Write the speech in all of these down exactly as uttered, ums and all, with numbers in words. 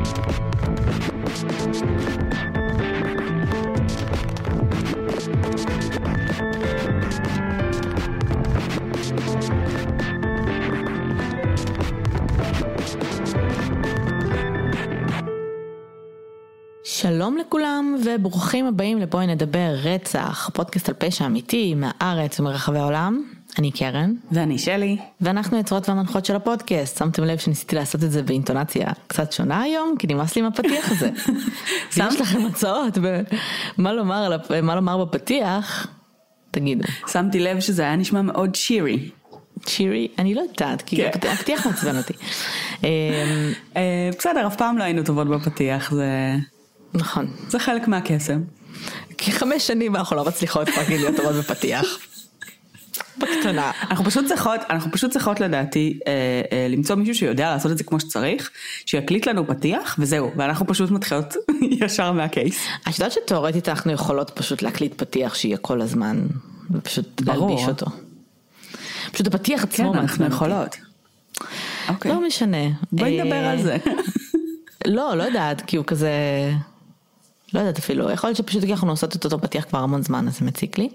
שלום לכולם וברוכים הבאים לבואי נדבר רצח, פודקאסט על פשע אמיתי מהארץ ומרחבי העולם. אני קרן. ואני שלי. ואנחנו יוצרות והמנחות של הפודקאסט. שמתם לב שניסיתי לעשות את זה באינטונציה קצת שונה היום, כי נמאס לי מהפתיח הזה. יש לכם הצעות במה לומר, מה לומר בפתיח? תגידו. שמתי לב שזה היה נשמע מאוד שירי. שירי? אני לא יודעת, כי הפתיח מעצבן אותי. בסדר, אף פעם לא היינו טובות בפתיח, זה... נכון. זה חלק מהקסם. כי חמש שנים אנחנו לא מצליחות להגיד להיות טובות בפתיח. בקטנה. אנחנו פשוט צריכות, אנחנו פשוט צריכות לדעתי, אה, אה, למצוא מישהו שיודע לעשות את זה כמו שצריך, שיקליט לנו פתיח, וזהו, ואנחנו פשוט מתחילות ישר מהקייס. אני יודעת שתיאורטית אנחנו יכולות פשוט להקליט פתיח שיהיה כל הזמן, ופשוט להלביש אותו. פשוט הפתיח עצמו. כן, אנחנו יכולות. אוקיי. לא משנה. בואי נדבר על זה. לא, לא יודעת, כי הוא כזה... לא יודעת אפילו, יכול להיות שפשוט כי אנחנו עושות את אותו פתיח כבר המון זמן, אז זה מציק לי.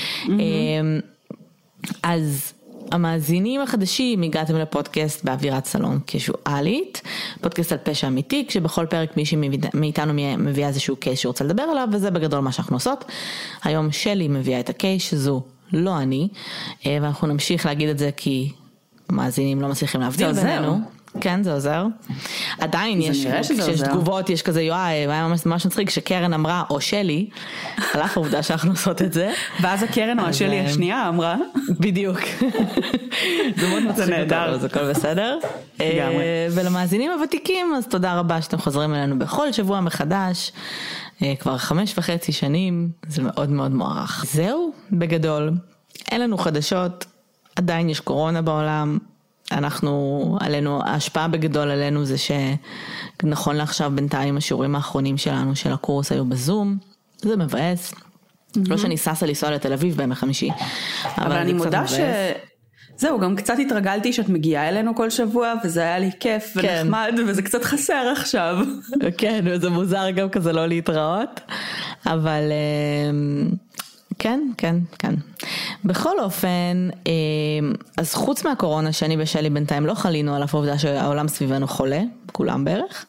אז המאזינים החדשים, הגעתם לפודקאסט באווירת סלון קזואלית, פודקאסט על פשע אמיתי, כשבכל פרק מישהי מאיתנו מביאה איזשהו קייס שרוצה לדבר עליו, וזה בגדול מה שאנחנו עושות. היום שלי מביאה את הקייס, שזו לא אני, ואנחנו נמשיך להגיד את זה כי מאזינים לא מצליחים להבדיל בינינו. כן, זה עוזר. עדיין יש, כשיש תגובות, יש כזה, יואי, היה ממש ממש מצחיק, שקרן אמרה, או שלי, על אף העובדה שאנחנו עושות את זה. ואז הקרן או השלי השנייה אמרה. בדיוק. זה מאוד מצחיק אותנו, זה כל בסדר. ולמאזינים הוותיקים, אז תודה רבה שאתם חוזרים אלינו בכל שבוע מחדש, כבר חמש וחצי שנים, זה מאוד מאוד מוערך. זהו, בגדול, אין לנו חדשות, עדיין יש קורונה בעולם, אנחנו, עלינו, ההשפעה בגדול עלינו זה שנכון לעכשיו בינתיים השיעורים האחרונים שלנו של הקורס היו בזום, זה מבאס, לא שאני ססה לנסוע לתל אביב בימי חמישי, אבל אני מודה ש... זהו, גם קצת התרגלתי שאת מגיעה אלינו כל שבוע, וזה היה לי כיף ונחמד, וזה קצת חסר עכשיו. כן, וזה מוזר גם כזה לא להתראות, אבל... כן, כן, כן. בכל אופן, אז חוץ מהקורונה שאני ושלי בינתיים לא חלינו על העובדה שהעולם סביבנו חולה, כולם בערך.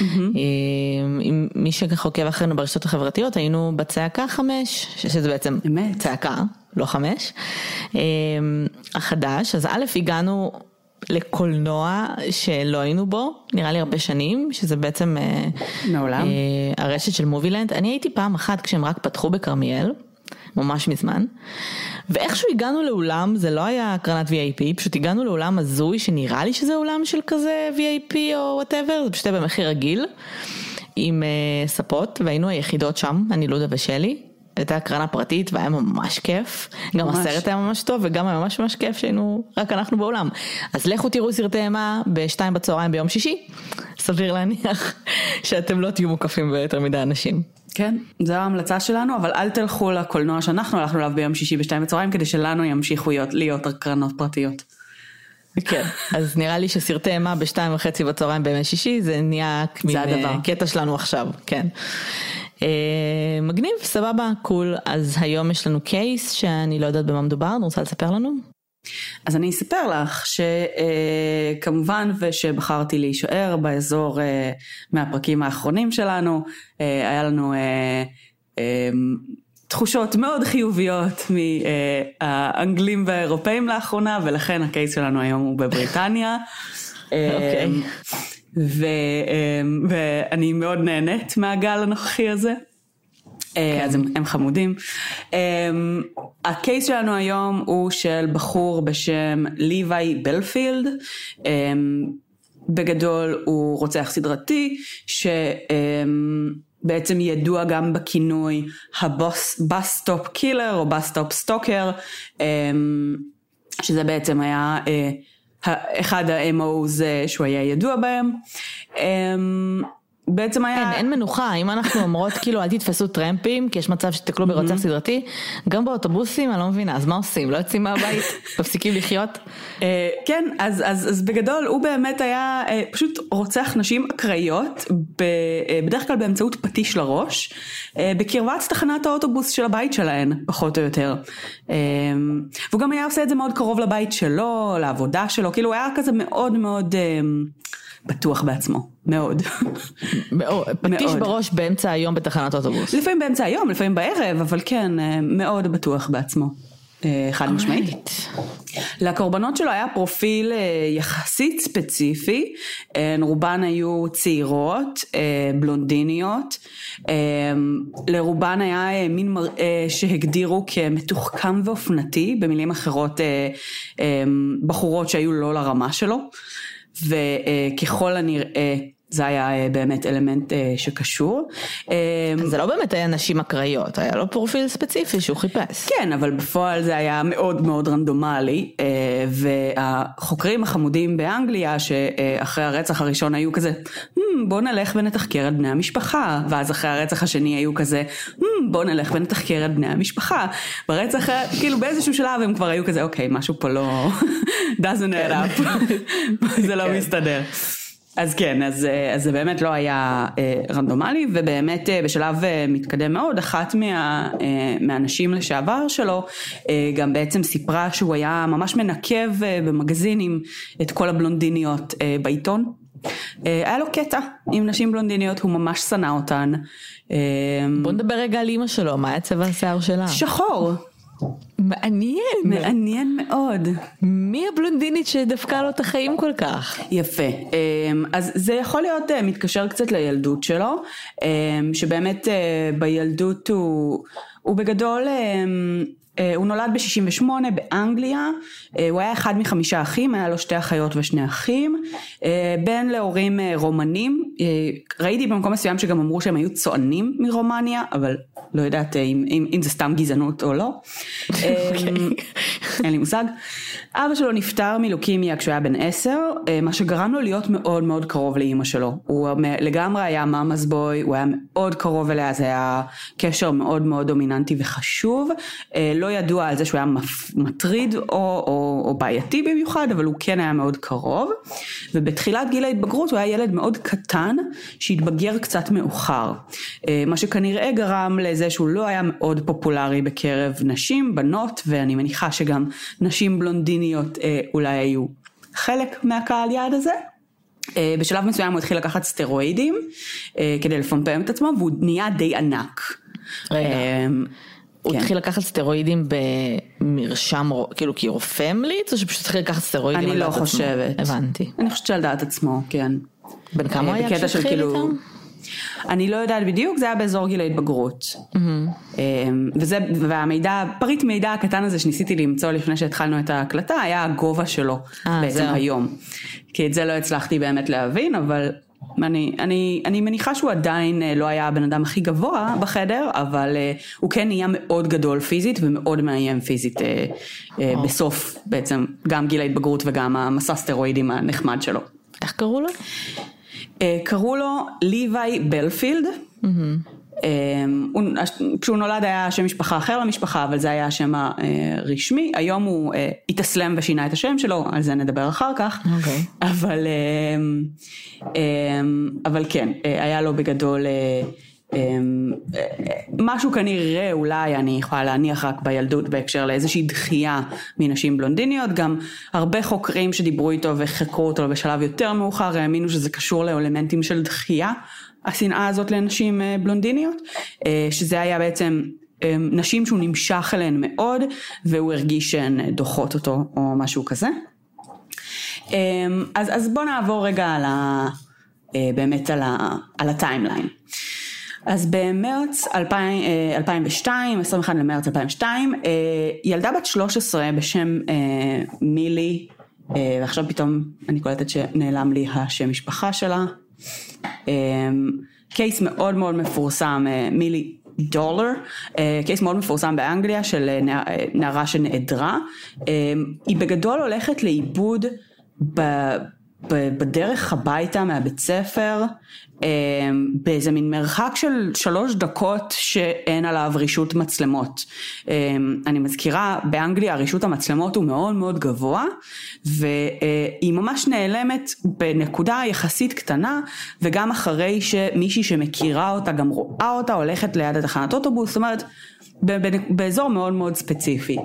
מי שחוקב אחרינו ברשתות החברתיות, היינו בצעקה חמש, שזה בעצם צעקה, לא חמש, החדש. אז א' הגענו לקולנוע שלא היינו בו, נראה לי הרבה שנים, שזה בעצם מעולם. הרשת של מובילנד. אני הייתי פעם אחת כשהם רק פתחו בקרמיאל, ממש מזמן, ואיכשהו הגענו לאולם, זה לא היה הקרנת וי איי פי, פשוט הגענו לאולם הזוי, שנראה לי שזה אולם של כזה וי איי פי או whatever, זה פשוט במחיר רגיל, עם uh, ספות, והיינו היחידות שם, אני לודה ושלי, הייתה הקרנה פרטית, והיה ממש כיף, גם ממש. הסרט היה ממש טוב, וגם היה ממש ממש כיף, שהיינו רק אנחנו באולם. אז לכו תראו סרטי אימה, בשתיים בצהריים ביום שישי, סביר להניח, שאתם לא תהיו מוקפים ביותר מדי אנשים. כן, זו ההמלצה שלנו, אבל אל תלכו לקולנוע שאנחנו הלכנו אליו ביום שישי בשתיים בצהריים, כדי שלנו ימשיכו להיות הקרנות פרטיות. כן, אז נראה לי שסרטי אימה בשתיים וחצי בצהריים בימי שישי, זה נהיה קטע שלנו עכשיו, כן. מגניב, סבבה, קול. אז היום יש לנו קייס שאני לא יודעת במה מדובר, אני רוצה לספר לנו? אז אני אספר לך שכמובן ושבחרתי להישאר באזור מהפרקים האחרונים שלנו, היה לנו תחושות מאוד חיוביות מהאנגלים והאירופאים לאחרונה, ולכן הקייס שלנו היום הוא בבריטניה. אוקיי. ואני מאוד נהנית מהגל הנוכחי הזה. אז הם, הם חמודים. הקייס שלנו היום הוא של בחור בשם ליווי בלפילד. בגדול הוא רוצח סדרתי, שבעצם ידוע גם בכינוי הבוס סטופ קילר או בוס סטופ סטוקר, שזה בעצם היה אחד ה-אם או'ז שהוא היה ידוע בהם. בעצם היה... אין, אין מנוחה, אם אנחנו אומרות כאילו אל תתפסו טרמפים, כי יש מצב שתקלו ברוצח סדרתי, גם באוטובוסים אני לא מבינה, אז מה עושים? לא יוצאים מהבית? מפסיקים לחיות? כן, אז, אז, אז בגדול הוא באמת היה פשוט רוצח נשים אקראיות, בדרך כלל באמצעות פטיש לראש, בקרבת תחנת האוטובוס של הבית שלהן, פחות או יותר. והוא גם היה עושה את זה מאוד קרוב לבית שלו, לעבודה שלו, כאילו הוא היה כזה מאוד מאוד... בטוח בעצמו, מאוד. פטיש בראש באמצע היום בתחנת אוטובוס. לפעמים באמצע היום, לפעמים בערב, אבל כן, מאוד בטוח בעצמו. חד משמעית. לקורבנות שלו היה פרופיל יחסית ספציפי, רובן היו צעירות, בלונדיניות, לרובן היה מין מראה שהגדירו כמתוחכם ואופנתי, במילים אחרות בחורות שהיו לא לרמה שלו, וככל הנראה זה היה באמת אלמנט שקשור. זה לא באמת היה נשים אקראיות, היה לו פרופיל ספציפי שהוא חיפש. כן, אבל בפועל זה היה מאוד מאוד רנדומלי, והחוקרים החמודים באנגליה שאחרי הרצח הראשון היו כזה, בוא נלך ונתחקר את בני המשפחה, ואז אחרי הרצח השני היו כזה, בוא נלך ונתחקר את בני המשפחה, ברצח, כאילו באיזשהו שלב הם כבר היו כזה, אוקיי, משהו פה לא, doesn't add up, זה לא מסתדר. אז כן, אז, אז זה באמת לא היה אה, רנדומלי, ובאמת אה, בשלב אה, מתקדם מאוד, אחת מה, אה, מהאנשים לשעבר שלו, אה, גם בעצם סיפרה שהוא היה ממש מנקב אה, במגזינים את כל הבלונדיניות אה, בעיתון. אה, היה לו קטע עם נשים בלונדיניות, הוא ממש שנא אותן. אה, בוא נדבר רגע על אמא שלו, מה היה צבע השיער שלה? שחור. מעניין. מעניין מאוד. מי הבלונדינית שדפקה לו את החיים כל כך? יפה. אז זה יכול להיות מתקשר קצת לילדות שלו, שבאמת בילדות הוא, הוא בגדול... הוא נולד ב-שישים ושמונה באנגליה, הוא היה אחד מחמישה אחים, היה לו שתי אחיות ושני אחים, בן להורים רומנים, ראיתי במקום מסוים שגם אמרו שהם היו צוענים מרומניה, אבל לא יודעת אם, אם, אם זה סתם גזענות או לא, אין לי מושג. אבא שלו נפטר מלוקימיה כשהוא היה בן עשר, מה שגרם לו להיות מאוד מאוד קרוב לאמא שלו, הוא לגמרי היה מאמא's בוי, הוא היה מאוד קרוב אליה, זה היה קשר מאוד מאוד דומיננטי וחשוב, לא ידוע על זה שהוא היה מטריד או, או, או בעייתי במיוחד, אבל הוא כן היה מאוד קרוב, ובתחילת גיל ההתבגרות הוא היה ילד מאוד קטן, שהתבגר קצת מאוחר, מה שכנראה גרם לזה שהוא לא היה מאוד פופולרי בקרב נשים, בנות, ואני מניחה שגם נשים בלונדיניות אולי היו חלק מהקהל יעד הזה. בשלב מסוים הוא התחיל לקחת סטרואידים, כדי לפמפם את עצמו, והוא נהיה די ענק. רגע. הוא התחיל לקחת סטרואידים במרשם, כאילו כי רופא המליץ, או שפשוט התחיל לקחת סטרואידים על דעת עצמו? אני לא חושבת. הבנתי. אני חושבת שעל דעת עצמו, כן. בין כמה היה כשהתחיל איתם? אני לא יודעת בדיוק, זה היה באזור גיל ההתבגרות. וזה, והמידע, פריט מידע הקטן הזה שניסיתי למצוא לפני שהתחלנו את ההקלטה, היה הגובה שלו בעצם היום. כי את זה לא הצלחתי באמת להבין, אבל... אני, אני, אני מניחה שהוא עדיין לא היה הבן אדם הכי גבוה בחדר, אבל uh, הוא כן נהיה מאוד גדול פיזית ומאוד מאיים פיזית uh, uh, בסוף בעצם גם גיל ההתבגרות וגם המסע סטרואידים הנחמד שלו. איך קראו לו? Uh, קראו לו ליווי בלפילד. Mm-hmm. Um, הוא, כשהוא נולד היה שם משפחה אחר למשפחה, אבל זה היה השם הרשמי. היום הוא uh, התאסלם ושינה את השם שלו, על זה נדבר אחר כך. אוקיי. Okay. אבל, um, um, אבל כן, uh, היה לו בגדול uh, um, uh, משהו כנראה אולי אני יכולה להניח רק בילדות בהקשר לאיזושהי דחייה מנשים בלונדיניות. גם הרבה חוקרים שדיברו איתו וחקרו אותו בשלב יותר מאוחר האמינו שזה קשור לאלמנטים של דחייה. השנאה הזאת לנשים בלונדיניות, שזה היה בעצם נשים שהוא נמשך אליהן מאוד, והוא הרגיש שהן דוחות אותו או משהו כזה. אז, אז בוא נעבור רגע על ה, באמת על ה, על הטיימליין. אז במרץ אלפיים ושתיים, עשרים ואחד למרץ אלפיים ושתיים, ילדה בת שלוש עשרה בשם מילי, ועכשיו פתאום אני קולטת שנעלם לי השם משפחה שלה, קייס מאוד מאוד מפורסם, מילי דולר, קייס מאוד מפורסם באנגליה של נערה שנעדרה, היא בגדול הולכת לאיבוד בדרך הביתה מהבית ספר, באיזה מין מרחק של שלוש דקות שאין עליו רישות מצלמות. אני מזכירה, באנגליה רישות המצלמות הוא מאוד מאוד גבוה, והיא ממש נעלמת בנקודה יחסית קטנה, וגם אחרי שמישהי שמכירה אותה גם רואה אותה, הולכת ליד התחנת אוטובוס, זאת אומרת, באזור מאוד מאוד ספציפי.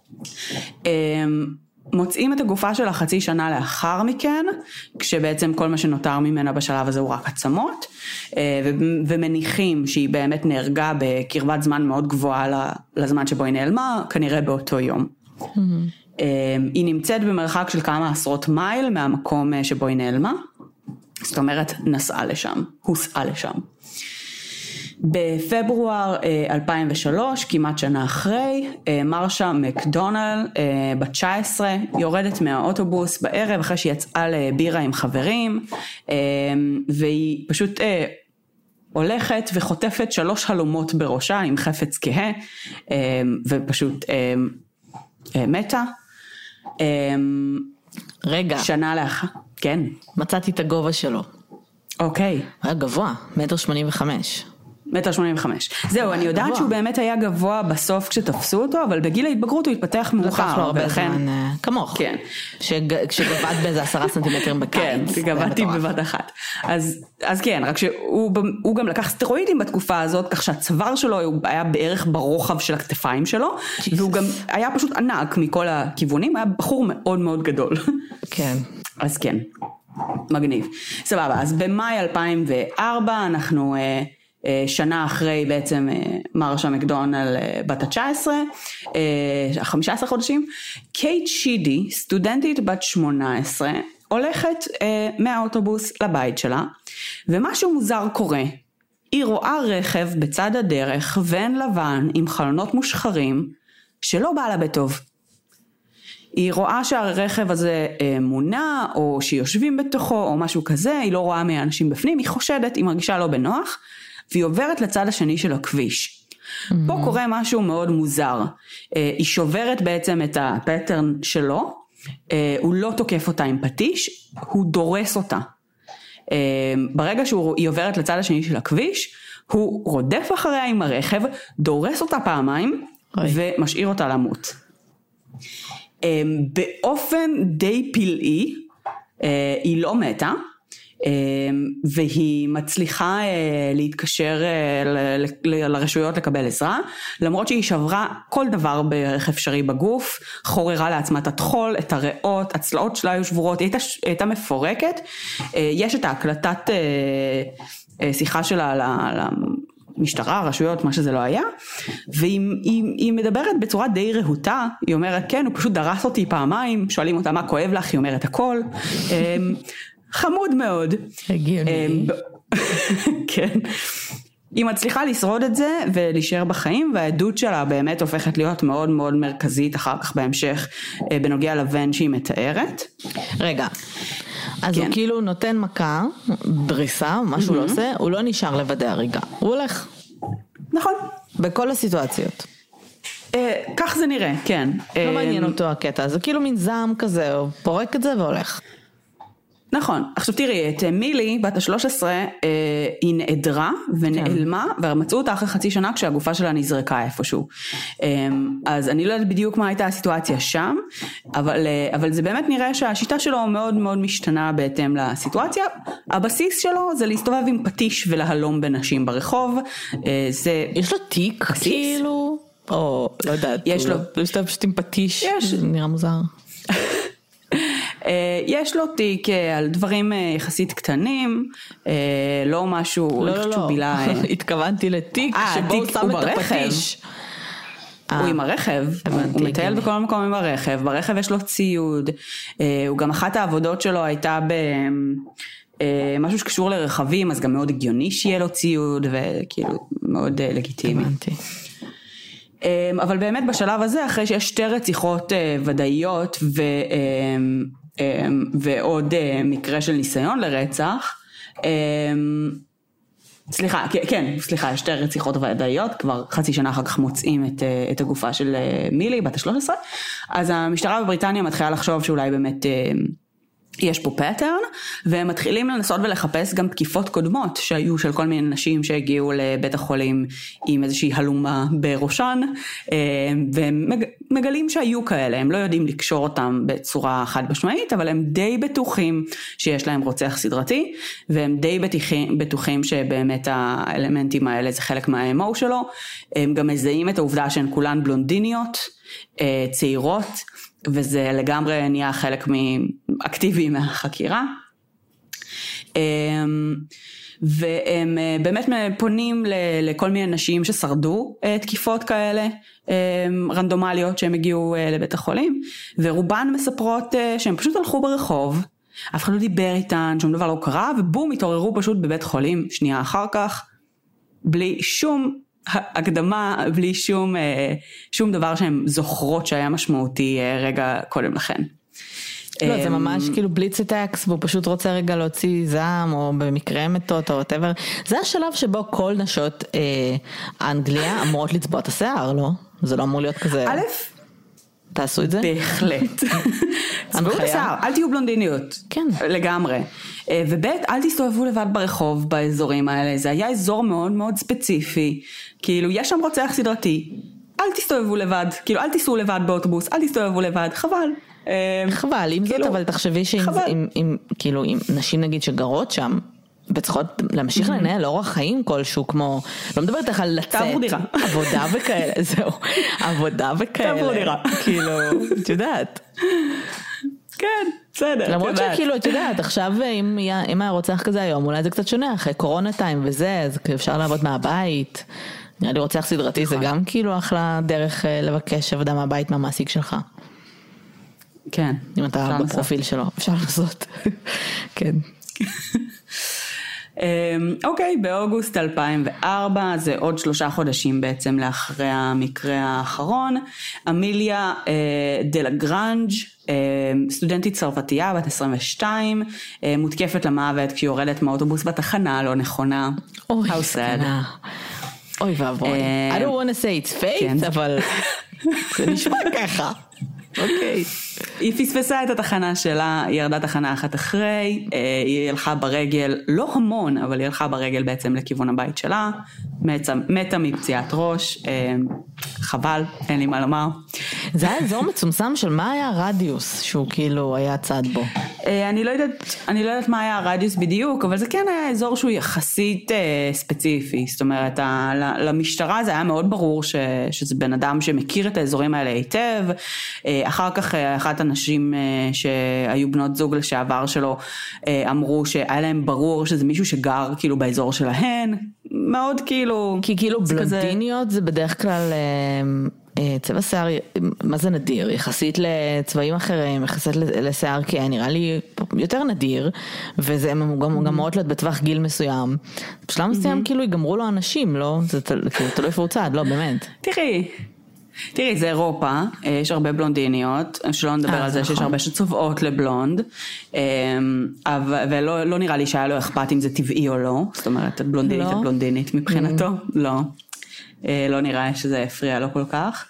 מוצאים את הגופה שלה חצי שנה לאחר מכן, כשבעצם כל מה שנותר ממנה בשלב הזה הוא רק עצמות, ומניחים שהיא באמת נהרגה בקרבת זמן מאוד גבוהה לזמן שבו היא נעלמה, כנראה באותו יום. היא נמצאת במרחק של כמה עשרות מייל מהמקום שבו היא נעלמה, זאת אומרת נסעה לשם, הוסעה לשם. בפברואר אלפיים ושלוש, כמעט שנה אחרי, מרשה מקדונל, בת תשע עשרה, יורדת מהאוטובוס בערב אחרי שהיא יצאה לבירה עם חברים, והיא פשוט הולכת וחוטפת שלוש הלומות בראשה עם חפץ כהה, ופשוט מתה. רגע. שנה לאחר, כן. מצאתי את הגובה שלו. אוקיי. היה גבוה, מטר שמונים וחמש. מטר שמונים וחמש. זהו, אני יודעת שהוא באמת היה גבוה בסוף כשתפסו אותו, אבל בגיל ההתבגרות הוא התפתח מאוחר. לקח לו הרבה זמן, כמוך. כן. כשגבעת באיזה עשרה סנטימטרים בקיץ. כן, גבעתי בבת אחת. אז כן, רק שהוא גם לקח סטרואידים בתקופה הזאת, כך שהצוואר שלו היה בערך ברוחב של הכתפיים שלו, והוא גם היה פשוט ענק מכל הכיוונים, היה בחור מאוד מאוד גדול. כן. אז כן, מגניב. סבבה, אז במאי אלפיים וארבע אנחנו שנה אחרי בעצם מרשה מקדונל בת ה-תשע עשרה, חמישה עשר חודשים, קייט שידי, סטודנטית בת שמונה עשרה, הולכת מהאוטובוס לבית שלה, ומשהו מוזר קורה. היא רואה רכב בצד הדרך, ון לבן עם חלונות מושחרים, שלא בא לה בטוב. היא רואה שהרכב הזה מונע, או שיושבים בתוכו, או משהו כזה, היא לא רואה מהאנשים בפנים, היא חושדת, היא מרגישה לא בנוח, והיא עוברת לצד השני של הכביש. Mm-hmm. פה קורה משהו מאוד מוזר. היא שוברת בעצם את הפטרן שלו, הוא לא תוקף אותה עם פטיש, הוא דורס אותה. ברגע שהיא עוברת לצד השני של הכביש, הוא רודף אחריה עם הרכב, דורס אותה פעמיים, אוי. ומשאיר אותה למות. באופן די פלאי, היא לא מתה, והיא מצליחה להתקשר לרשויות לקבל עזרה, למרות שהיא שברה כל דבר בערך אפשרי בגוף, חוררה לעצמה את התחול, את הריאות, הצלעות שלה היו שבורות, היא הייתה, הייתה מפורקת. יש את ההקלטת שיחה שלה למשטרה, רשויות, מה שזה לא היה, והיא היא, היא מדברת בצורה די רהוטה, היא אומרת כן, הוא פשוט דרס אותי פעמיים, שואלים אותה מה כואב לך, היא אומרת הכל, חמוד מאוד. הגיוני. כן. היא מצליחה לשרוד את זה ולהישאר בחיים, והעדות שלה באמת הופכת להיות מאוד מאוד מרכזית אחר כך בהמשך, בנוגע לבן שהיא מתארת. רגע, אז כן. הוא כאילו נותן מכה, דריסה, מה שהוא mm-hmm. לא עושה, הוא לא נשאר לוודא הריגה, הוא הולך. נכון. בכל הסיטואציות. אה, כך זה נראה, כן. לא אה, מעניין אותו הקטע, זה כאילו מין זעם כזה, הוא פורק את זה והולך. נכון, עכשיו תראי, את מילי, בת ה-שלוש עשרה, אה, היא נעדרה ונעלמה, כן. ומצאו אותה אחרי חצי שנה כשהגופה שלה נזרקה איפשהו. אה, אז אני לא יודעת בדיוק מה הייתה הסיטואציה שם, אבל, אה, אבל זה באמת נראה שהשיטה שלו מאוד מאוד משתנה בהתאם לסיטואציה. הבסיס שלו זה להסתובב עם פטיש ולהלום בנשים ברחוב. אה, זה יש לו תיק בסיס? כאילו? או לא יודעת. יש לו. יש לו פשוט עם פטיש, יש. נראה מוזר. יש לו תיק על דברים יחסית קטנים, לא משהו, לא, לא, לא, התכוונתי לתיק שבו הוא שם את הפטיש. הוא עם הרכב, הוא מטייל בכל מקום עם הרכב, ברכב יש לו ציוד, הוא גם אחת העבודות שלו הייתה במשהו שקשור לרכבים, אז גם מאוד הגיוני שיהיה לו ציוד, וכאילו מאוד לגיטימי. הבנתי. אבל באמת בשלב הזה, אחרי שיש שתי רציחות ודאיות ו, ועוד מקרה של ניסיון לרצח, סליחה, כן, סליחה, שתי רציחות ודאיות, כבר חצי שנה אחר כך מוצאים את, את הגופה של מילי, בת ה-שלוש עשרה, אז המשטרה בבריטניה מתחילה לחשוב שאולי באמת יש פה פטרן, והם מתחילים לנסות ולחפש גם תקיפות קודמות שהיו של כל מיני נשים שהגיעו לבית החולים עם איזושהי הלומה בראשן, והם מגלים שהיו כאלה, הם לא יודעים לקשור אותם בצורה חד משמעית, אבל הם די בטוחים שיש להם רוצח סדרתי, והם די בטוחים, בטוחים שבאמת האלמנטים האלה זה חלק מהאמו שלו, הם גם מזהים את העובדה שהן כולן בלונדיניות, צעירות, וזה לגמרי נהיה חלק אקטיבי מהחקירה. והם באמת פונים לכל מיני נשים ששרדו תקיפות כאלה, רנדומליות שהם הגיעו לבית החולים, ורובן מספרות שהם פשוט הלכו ברחוב, אף אחד לא דיבר איתן, שום דבר לא קרה, ובום, התעוררו פשוט בבית חולים שנייה אחר כך, בלי שום הקדמה, בלי שום, שום דבר שהן זוכרות שהיה משמעותי רגע קודם לכן. לא, זה ממש כאילו בליץ אטקס, והוא פשוט רוצה רגע להוציא זעם, או במקרה מתות, או whatever. זה השלב שבו כל נשות אה, אנגליה אמורות לצבוע את השיער, לא? זה לא אמור להיות כזה... א', תעשו את זה? בהחלט. צבעו את השיער, אל תהיו בלונדיניות. כן. לגמרי. ובית, אל תסתובבו לבד ברחוב באזורים האלה, זה היה אזור מאוד מאוד ספציפי, כאילו יש שם רוצח סדרתי, אל תסתובבו לבד, כאילו אל תיסעו לבד באוטובוס, אל תסתובבו לבד, חבל. חבל, עם זאת, אבל תחשבי שאם, כאילו, אם נשים נגיד שגרות שם, וצריכות להמשיך לנהל אורח חיים כלשהו, כמו, לא מדברת לך על לצאת, עבודה וכאלה, זהו, עבודה וכאלה. תעברו דירה. כאילו, את יודעת. כן, בסדר. למרות שכאילו, את יודעת, עכשיו אם היה רוצח כזה היום, אולי זה קצת שונה, אחרי קורונה טיים וזה, אז אפשר לעבוד מהבית. נראה לי רוצח סדרתי, זה גם כאילו אחלה דרך לבקש עבודה מהבית מהמעסיק שלך. כן. אם אתה בפרופיל שלו, אפשר לעשות. כן. אוקיי, באוגוסט אלפיים וארבע, זה עוד שלושה חודשים בעצם לאחרי המקרה האחרון, אמיליה דלגרנג', סטודנטית צרפתייה בת עשרים ושתיים, מותקפת למוות כשהיא יורדת מהאוטובוס בתחנה לא נכונה. אוי, סכנה. אוי ואבוי. I don't want to say it's fate, אבל זה נשמע ככה. אוקיי. היא פספסה את התחנה שלה, היא ירדה תחנה אחת אחרי, היא הלכה ברגל, לא המון, אבל היא הלכה ברגל בעצם לכיוון הבית שלה, מתה מפציעת ראש, חבל, אין לי מה לומר. זה היה אזור מצומצם של מה היה הרדיוס שהוא כאילו היה צד בו? אני לא יודעת, אני לא יודעת מה היה הרדיוס בדיוק, אבל זה כן היה אזור שהוא יחסית ספציפי, זאת אומרת, למשטרה זה היה מאוד ברור שזה בן אדם שמכיר את האזורים האלה היטב, אחר כך אחת הנשים שהיו בנות זוג לשעבר שלו אמרו שהיה להם ברור שזה מישהו שגר כאילו באזור שלהן, מאוד כאילו... כי כאילו בלונדיניות זה בדרך כלל צבע שיער, מה זה נדיר? יחסית לצבעים אחרים, יחסית לשיער כן, נראה לי יותר נדיר, וזה גם מאוד להיות בטווח גיל מסוים. בשלב מסוים כאילו יגמרו לו אנשים, לא? זה תלוי איפה הוא צעד, לא באמת. תראי. תראי, זה אירופה, יש הרבה בלונדיניות, שלא נדבר על זה שיש הרבה שצובעות לבלונד, ולא נראה לי שהיה לו אכפת אם זה טבעי או לא, זאת אומרת, בלונדינית את בלונדינית מבחינתו, לא, לא נראה שזה הפריע לו כל כך,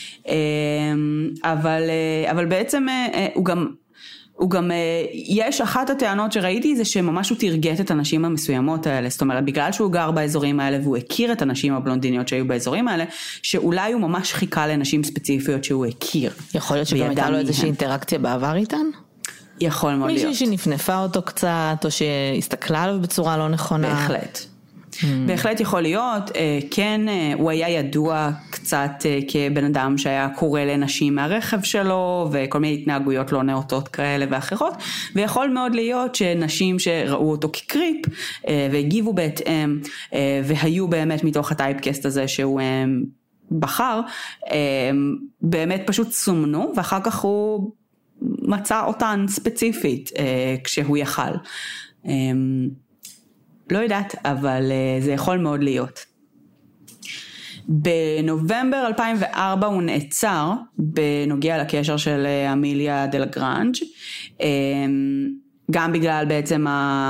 אבל בעצם הוא גם... הוא גם, יש אחת הטענות שראיתי זה שממש הוא תרגט את הנשים המסוימות האלה, זאת אומרת בגלל שהוא גר באזורים האלה והוא הכיר את הנשים הבלונדיניות שהיו באזורים האלה, שאולי הוא ממש חיכה לנשים ספציפיות שהוא הכיר. יכול להיות שגם הייתה לו איזושהי אינטראקציה בעבר איתן? יכול מאוד להיות. מישהי שנפנפה אותו קצת או שהסתכלה עליו בצורה לא נכונה. בהחלט. בהחלט יכול להיות, כן, הוא היה ידוע קצת כבן אדם שהיה קורא לנשים מהרכב שלו, וכל מיני התנהגויות לא נאותות כאלה ואחרות, ויכול מאוד להיות שנשים שראו אותו כקריפ, והגיבו בהתאם, והיו באמת מתוך הטייפקסט הזה שהוא בחר, באמת פשוט סומנו, ואחר כך הוא מצא אותן ספציפית כשהוא יכל. לא יודעת, אבל זה יכול מאוד להיות. בנובמבר אלפיים וארבע הוא נעצר בנוגע לקשר של אמיליה דלגרנג', גם בגלל בעצם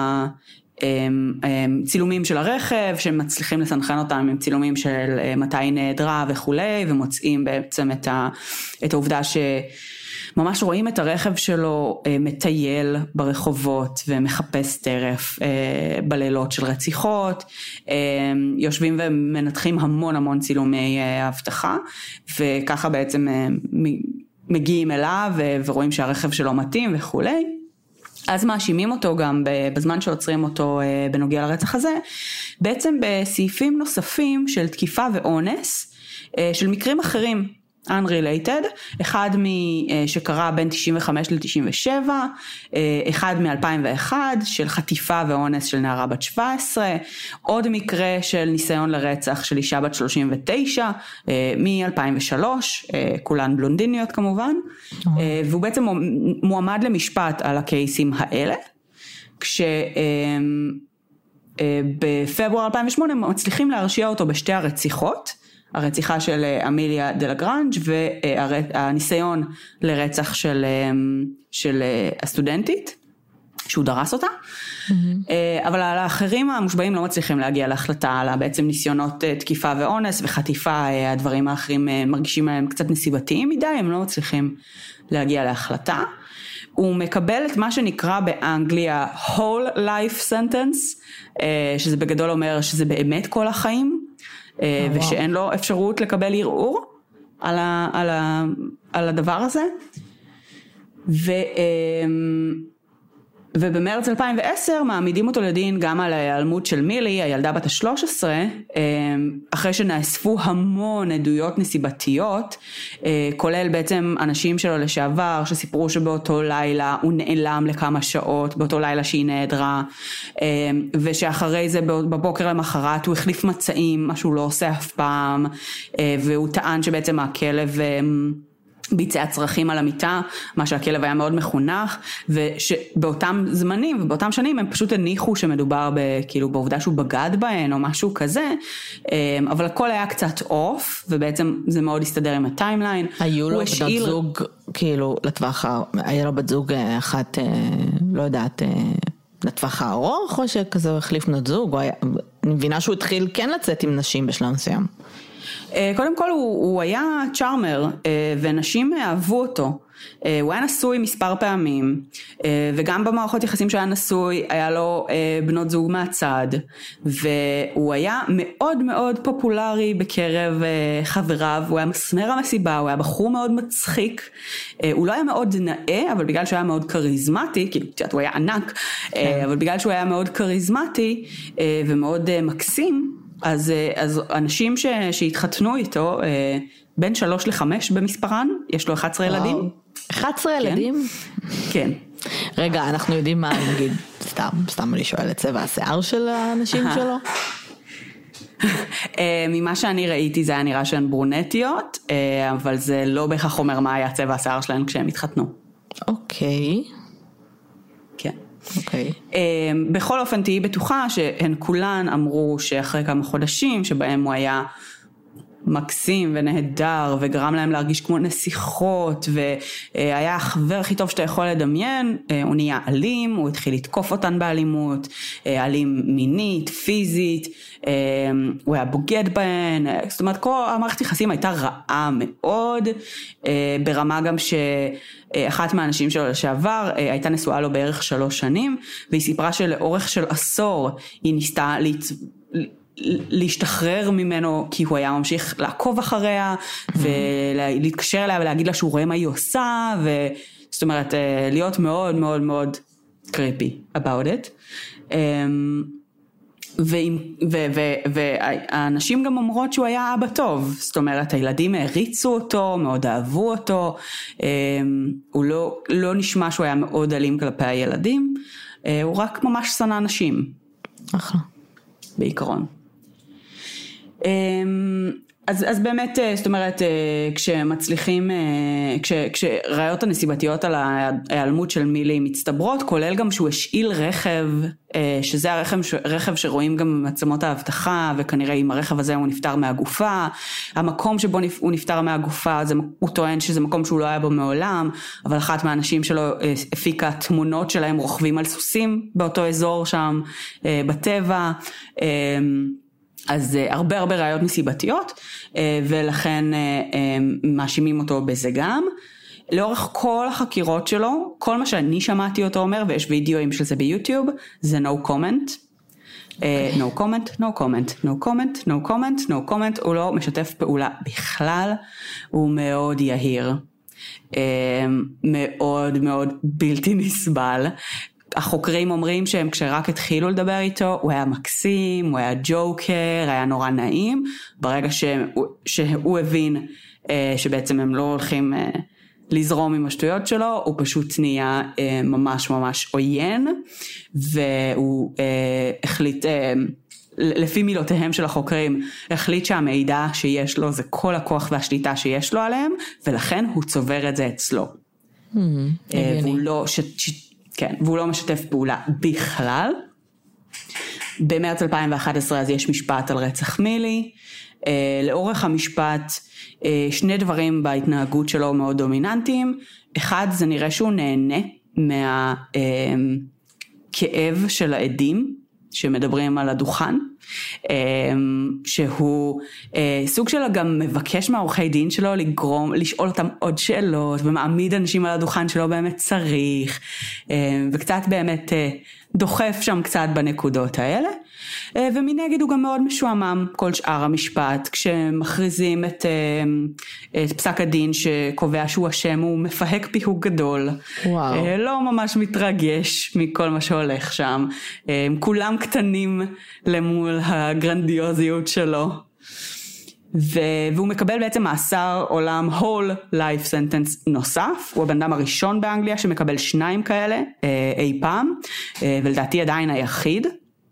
הצילומים של הרכב, שמצליחים לסנכרן אותם עם צילומים של מתי נעדרה וכו', ומוצאים בעצם את העובדה ש... ממש רואים את הרכב שלו מטייל ברחובות ומחפש טרף בלילות של רציחות, יושבים ומנתחים המון המון צילומי הבטחה, וככה בעצם מגיעים אליו ורואים שהרכב שלו מתאים וכולי. אז מאשימים אותו גם בזמן שעוצרים אותו בנוגע לרצח הזה, בעצם בסעיפים נוספים של תקיפה ואונס, של מקרים אחרים, unrelated, אחד שקרה בין תשעים וחמש ל-תשעים ושבע, אחד מ-אלפיים ואחת של חטיפה ואונס של נערה בת שבע עשרה, עוד מקרה של ניסיון לרצח של אישה בת שלושים ותשע, מ-אלפיים ושלוש, כולן בלונדיניות כמובן, והוא בעצם מועמד למשפט על הקייסים האלה, כש... בפברואר אלפיים ושמונה מצליחים להרשיע אותו בשתי הרציחות, הרציחה של אמיליה דלגרנג' והניסיון לרצח של, של הסטודנטית, שהוא דרס אותה. Mm-hmm. אבל האחרים המושבעים לא מצליחים להגיע להחלטה על בעצם ניסיונות תקיפה ואונס וחטיפה, הדברים האחרים מרגישים להם קצת נסיבתיים מדי, הם לא מצליחים להגיע להחלטה. הוא מקבל את מה שנקרא באנגליה whole life sentence, שזה בגדול אומר שזה באמת כל החיים, ושאין לו אפשרות לקבל ערעור על, ה, על, ה, על הדבר הזה. ו, ובמרץ אלפיים ועשר מעמידים אותו לדין גם על ההיעלמות של מילי, הילדה בת ה-שלוש עשרה, אחרי שנאספו המון עדויות נסיבתיות, כולל בעצם אנשים שלו לשעבר שסיפרו שבאותו לילה הוא נעלם לכמה שעות, באותו לילה שהיא נעדרה, ושאחרי זה בבוקר למחרת הוא החליף מצעים, מה שהוא לא עושה אף פעם, והוא טען שבעצם הכלב ביצע צרכים על המיטה, מה שהכלב היה מאוד מחונך, ושבאותם זמנים ובאותם שנים הם פשוט הניחו שמדובר כאילו בעובדה שהוא בגד בהן או משהו כזה, אבל הכל היה קצת אוף, ובעצם זה מאוד הסתדר עם הטיימליין. היו לו בנות זוג, כאילו לטווח, היה לו בת זוג אחת, לא יודעת, לטווח הארוך, או שכזה הוא החליף בנות זוג, אני מבינה שהוא התחיל כן לצאת עם נשים בשלב מסוים. קודם כל הוא, הוא היה צ'ארמר, ונשים אהבו אותו. הוא היה נשוי מספר פעמים, וגם במערכות יחסים שהיה נשוי, היה לו בנות זוג מהצד, והוא היה מאוד מאוד פופולרי בקרב חבריו, הוא היה מסמר המסיבה, הוא היה בחור מאוד מצחיק, הוא לא היה מאוד נאה, אבל בגלל שהוא היה מאוד קריזמטי, כאילו, הוא היה ענק, אבל בגלל שהוא היה מאוד קריזמטי, ומאוד מקסים, אז, אז אנשים ש, שהתחתנו איתו, בין שלוש לחמש במספרן, יש לו אחד עשר ילדים. אחד עשר ילדים? כן. רגע, אנחנו יודעים מה, נגיד, סתם, סתם אני שואלת, צבע השיער של האנשים שלו? ממה שאני ראיתי זה היה נראה שהן ברונטיות, אבל זה לא בהכרח אומר מה היה צבע השיער שלהן כשהם התחתנו. אוקיי. כן. אוקיי. בכל אופן תהי בטוחה שהן כולן אמרו שאחרי כמה חודשים שבהם הוא היה מקסים ונהדר וגרם להם להרגיש כמו נסיכות והיה החבר הכי טוב שאתה יכול לדמיין, הוא נהיה אלים, הוא התחיל לתקוף אותן באלימות, אלים מינית, פיזית, הוא היה בוגד בהן, זאת אומרת כל המערכת יחסים הייתה רעה מאוד, ברמה גם שאחת מהאנשים שלו לשעבר הייתה נשואה לו בערך שלוש שנים, והיא סיפרה שלאורך של עשור היא ניסתה להצ... להשתחרר ממנו כי הוא היה ממשיך לעקוב אחריה ולהתקשר אליה ולהגיד לה שהוא רואה מה היא עושה, וזאת אומרת להיות מאוד מאוד מאוד creepy about it. והאנשים גם אומרות שהוא היה אבא טוב, זאת אומרת הילדים הריצו אותו, מאוד אהבו אותו, הוא לא, לא נשמע שהוא היה מאוד אלים כלפי הילדים, הוא רק ממש שנא נשים. אחלה. בעיקרון. אז, אז באמת, זאת אומרת, כשמצליחים, כש, כשראיות הנסיבתיות על ההיעלמות של מילי מצטברות, כולל גם שהוא השאיל רכב, שזה הרכב, רכב שרואים גם מצלמות האבטחה, וכנראה עם הרכב הזה הוא נפטר מהגופה, המקום שבו הוא נפטר מהגופה, זה, הוא טוען שזה מקום שהוא לא היה בו מעולם, אבל אחת מהאנשים שלו הפיקה תמונות שלהם רוכבים על סוסים באותו אזור שם, בטבע, אז הרבה הרבה ראיות נסיבתיות, ולכן מאשימים אותו בזה גם. לאורך כל החקירות שלו, כל מה שאני שמעתי אותו אומר, ויש וידאוים של זה ביוטיוב, זה no comment. no comment, no comment, no comment, no comment, no comment, הוא לא משתף פעולה בכלל, הוא מאוד יהיר, מאוד מאוד בלתי נסבל. החוקרים אומרים שהם כשרק התחילו לדבר איתו, הוא היה מקסים, הוא היה ג'וקר, היה נורא נעים, ברגע שהוא, שהוא הבין שבעצם הם לא הולכים לזרום עם השטויות שלו, הוא פשוט נהיה ממש ממש עוין, והוא החליט, לפי מילותיהם של החוקרים, החליט שהמידע שיש לו זה כל הכוח והשליטה שיש לו עליהם, ולכן הוא צובר את זה אצלו. והוא לא, כן, והוא לא משתף פעולה בכלל. במרץ אלפיים ואחת עשרה אז יש משפט על רצח מילי, לאורך המשפט שני דברים בהתנהגות שלו מאוד דומיננטיים. אחד, זה נראה שהוא נהנה מהכאב של העדים שמדברים על הדוכן, שהוא סוג שלו גם מבקש מהעורכי דין שלו לגרום, לשאול אותם עוד שאלות, ומעמיד אנשים על הדוכן שלו באמת צריך, וקצת באמת דוחף שם קצת בנקודות האלה. ומנגד הוא גם מאוד משועמם כל שאר המשפט, כשמכריזים את, את פסק הדין שקובע שהוא אשם, הוא מפהק פיהוק גדול. וואו. לא ממש מתרגש מכל מה שהולך שם, כולם קטנים למול הגרנדיוזיות שלו. והוא מקבל בעצם מאסר עולם whole life sentence נוסף, הוא הבן אדם הראשון באנגליה שמקבל שניים כאלה אי פעם, ולדעתי עדיין היחיד.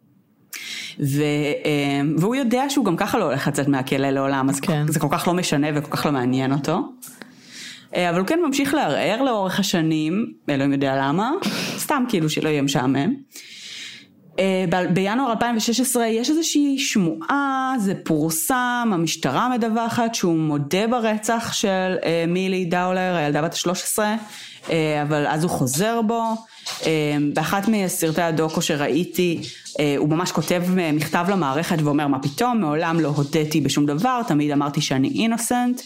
ו, והוא יודע שהוא גם ככה לא הולך לצאת מהכלא לעולם, אז כן. זה כל כך לא משנה וכל כך לא מעניין אותו. אבל הוא כן ממשיך לערער לאורך השנים, אלוהים יודע למה, סתם כאילו שלא יהיה משעמם. בינואר אלפיים ושש עשרה יש איזושהי שמועה, זה פורסם, המשטרה מדווחת שהוא מודה ברצח של מילי דאולר, הילדה בת שלוש עשרה, אבל אז הוא חוזר בו. באחת מסרטי הדוקו שראיתי, הוא ממש כותב מכתב למערכת ואומר, מה פתאום, מעולם לא הודיתי בשום דבר, תמיד אמרתי שאני אינוסנט.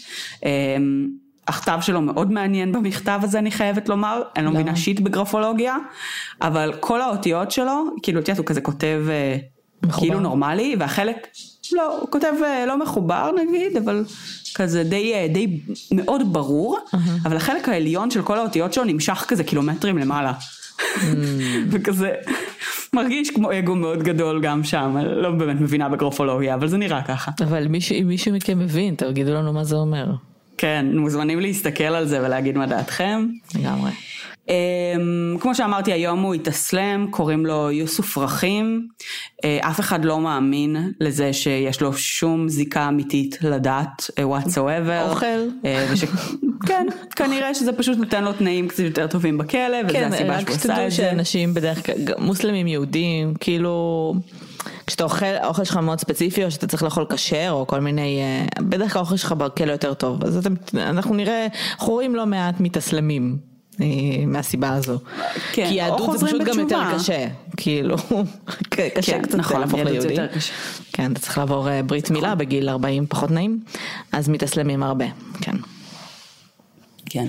הכתב שלו מאוד מעניין במכתב הזה, אני חייבת לומר, אני לא מבינה שיט בגרפולוגיה, אבל כל האותיות שלו, כאילו אותיות הוא כזה כותב כאילו נורמלי, והחלק, לא, הוא כותב לא מחובר נגיד, אבל כזה די, די מאוד ברור, אבל החלק העליון של כל האותיות שלו נמשך כזה קילומטרים למעלה, וכזה מרגיש כמו אגו מאוד גדול גם שם, לא באמת מבינה בגרפולוגיה, אבל זה נראה ככה. אבל אם מישהו מכם מבין, תגידו לנו מה זה אומר. כן, מוזמנים להסתכל על זה ולהגיד מה דעתכם. לגמרי. כמו שאמרתי, היום הוא התאסלם, קוראים לו יוסוף רחים, אף אחד לא מאמין לזה שיש לו שום זיקה אמיתית לדת, whatsoever. אוכל. וש... כן, כנראה שזה פשוט נותן לו תנאים קצת יותר טובים בכלא, וזה כן, הסיבה שהוא עושה את זה. שאנשים בדרך כלל, מוסלמים יהודים, כאילו, כשאתה אוכל, האוכל שלך מאוד ספציפי, או שאתה צריך לאכול כשר, או כל מיני, בדרך כלל האוכל שלך בכלא יותר טוב, אז אתם, אנחנו נראה, אנחנו רואים לא מעט מתאסלמים. מהסיבה הזו. כי יהדות זה פשוט גם יותר קשה. כאילו, קשה קצת להפוך ליהודי. כן, אתה צריך לעבור ברית מילה בגיל ארבעים, פחות נעים. אז מתאסלמים הרבה, כן. כן.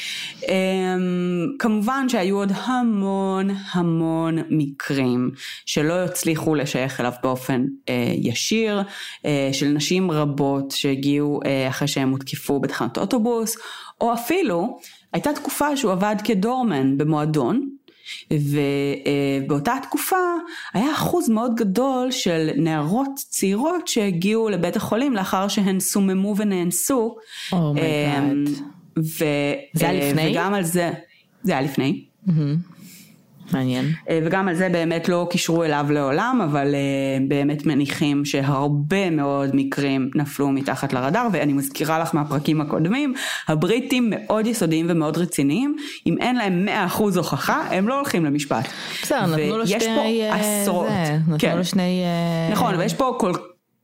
כמובן שהיו עוד המון המון מקרים שלא הצליחו לשייך אליו באופן ישיר, של נשים רבות שהגיעו אחרי שהם הותקפו בתחנת אוטובוס, או אפילו הייתה תקופה שהוא עבד כדורמן במועדון, ובאותה תקופה היה אחוז מאוד גדול של נערות צעירות שהגיעו לבית החולים לאחר שהן סוממו ונאנסו. Oh my God. ו... זה היה לפני? וגם על זה, זה היה לפני. Mm-hmm. מעניין. וגם על זה באמת לא קישרו אליו לעולם, אבל באמת מניחים שהרבה מאוד מקרים נפלו מתחת לרדאר, ואני מזכירה לך מהפרקים הקודמים, הבריטים מאוד יסודיים ומאוד רציניים, אם אין להם מאה אחוז הוכחה, הם לא הולכים למשפט. בסדר, נתנו לו שני... ויש פה עשרות. נתנו לו שני... נכון, ויש פה כל...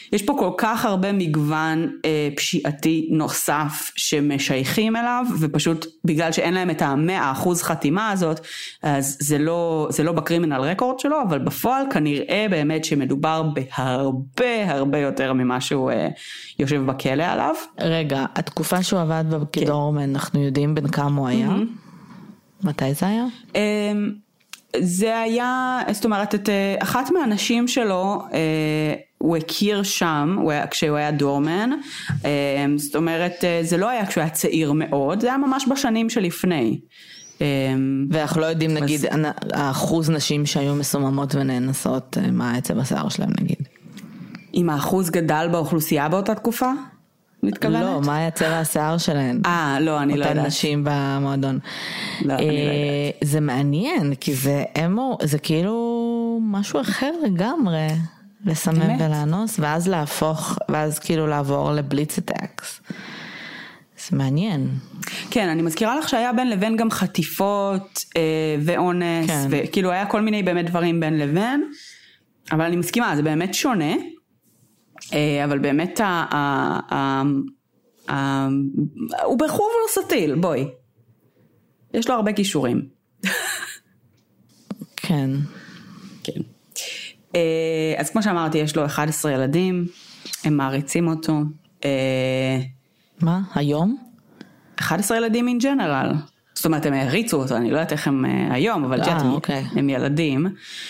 יש פה כל כך הרבה מגוון אה, פשיעתי נוסף שמשייכים אליו, ופשוט בגלל שאין להם את המאה אחוז חתימה הזאת, אז זה לא, זה לא בקרימינל רקורד שלו, אבל בפועל כנראה באמת שמדובר בהרבה הרבה יותר ממה שהוא אה, יושב בכלא עליו. רגע, התקופה שהוא עבד בקדורמן, כן. אנחנו יודעים בין כמה הוא היה? Mm-hmm. מתי זה היה? אה, זה היה, זאת אומרת, את אחת מהאנשים שלו, הוא הכיר שם, הוא היה, כשהוא היה דורמן, זאת אומרת, זה לא היה כשהוא היה צעיר מאוד, זה היה ממש בשנים שלפני. ואנחנו לא יודעים, נגיד, אז... האחוז נשים שהיו מסוממות ונאנסות, מה העצב השיער שלהם, נגיד? אם האחוז גדל באוכלוסייה באותה תקופה? מתכוונת? לא, מה היה צבע השיער שלהן? אה, לא, אני לא יודעת. אותן נשים במועדון. לא, אני לא יודעת. זה מעניין, כי זה אמו, זה כאילו משהו אחר לגמרי, לסמם ולאנוס, ואז להפוך, ואז כאילו לעבור לבליץ אטאקס. זה מעניין. כן, אני מזכירה לך שהיה בין לבין גם חטיפות אה, ואונס, כן. וכאילו היה כל מיני באמת דברים בין לבין, אבל אני מסכימה, זה באמת שונה, אבל באמת הוא בחור ורסטיל, בואי. יש לו הרבה כישורים. כן. כן. אז כמו שאמרתי, יש לו אחד עשר ילדים, הם מעריצים אותו. מה? היום? אחד עשר ילדים in general. זאת אומרת, הם העריצו אותו, אני לא יודעת איך הם היום, אבל הם ילדים.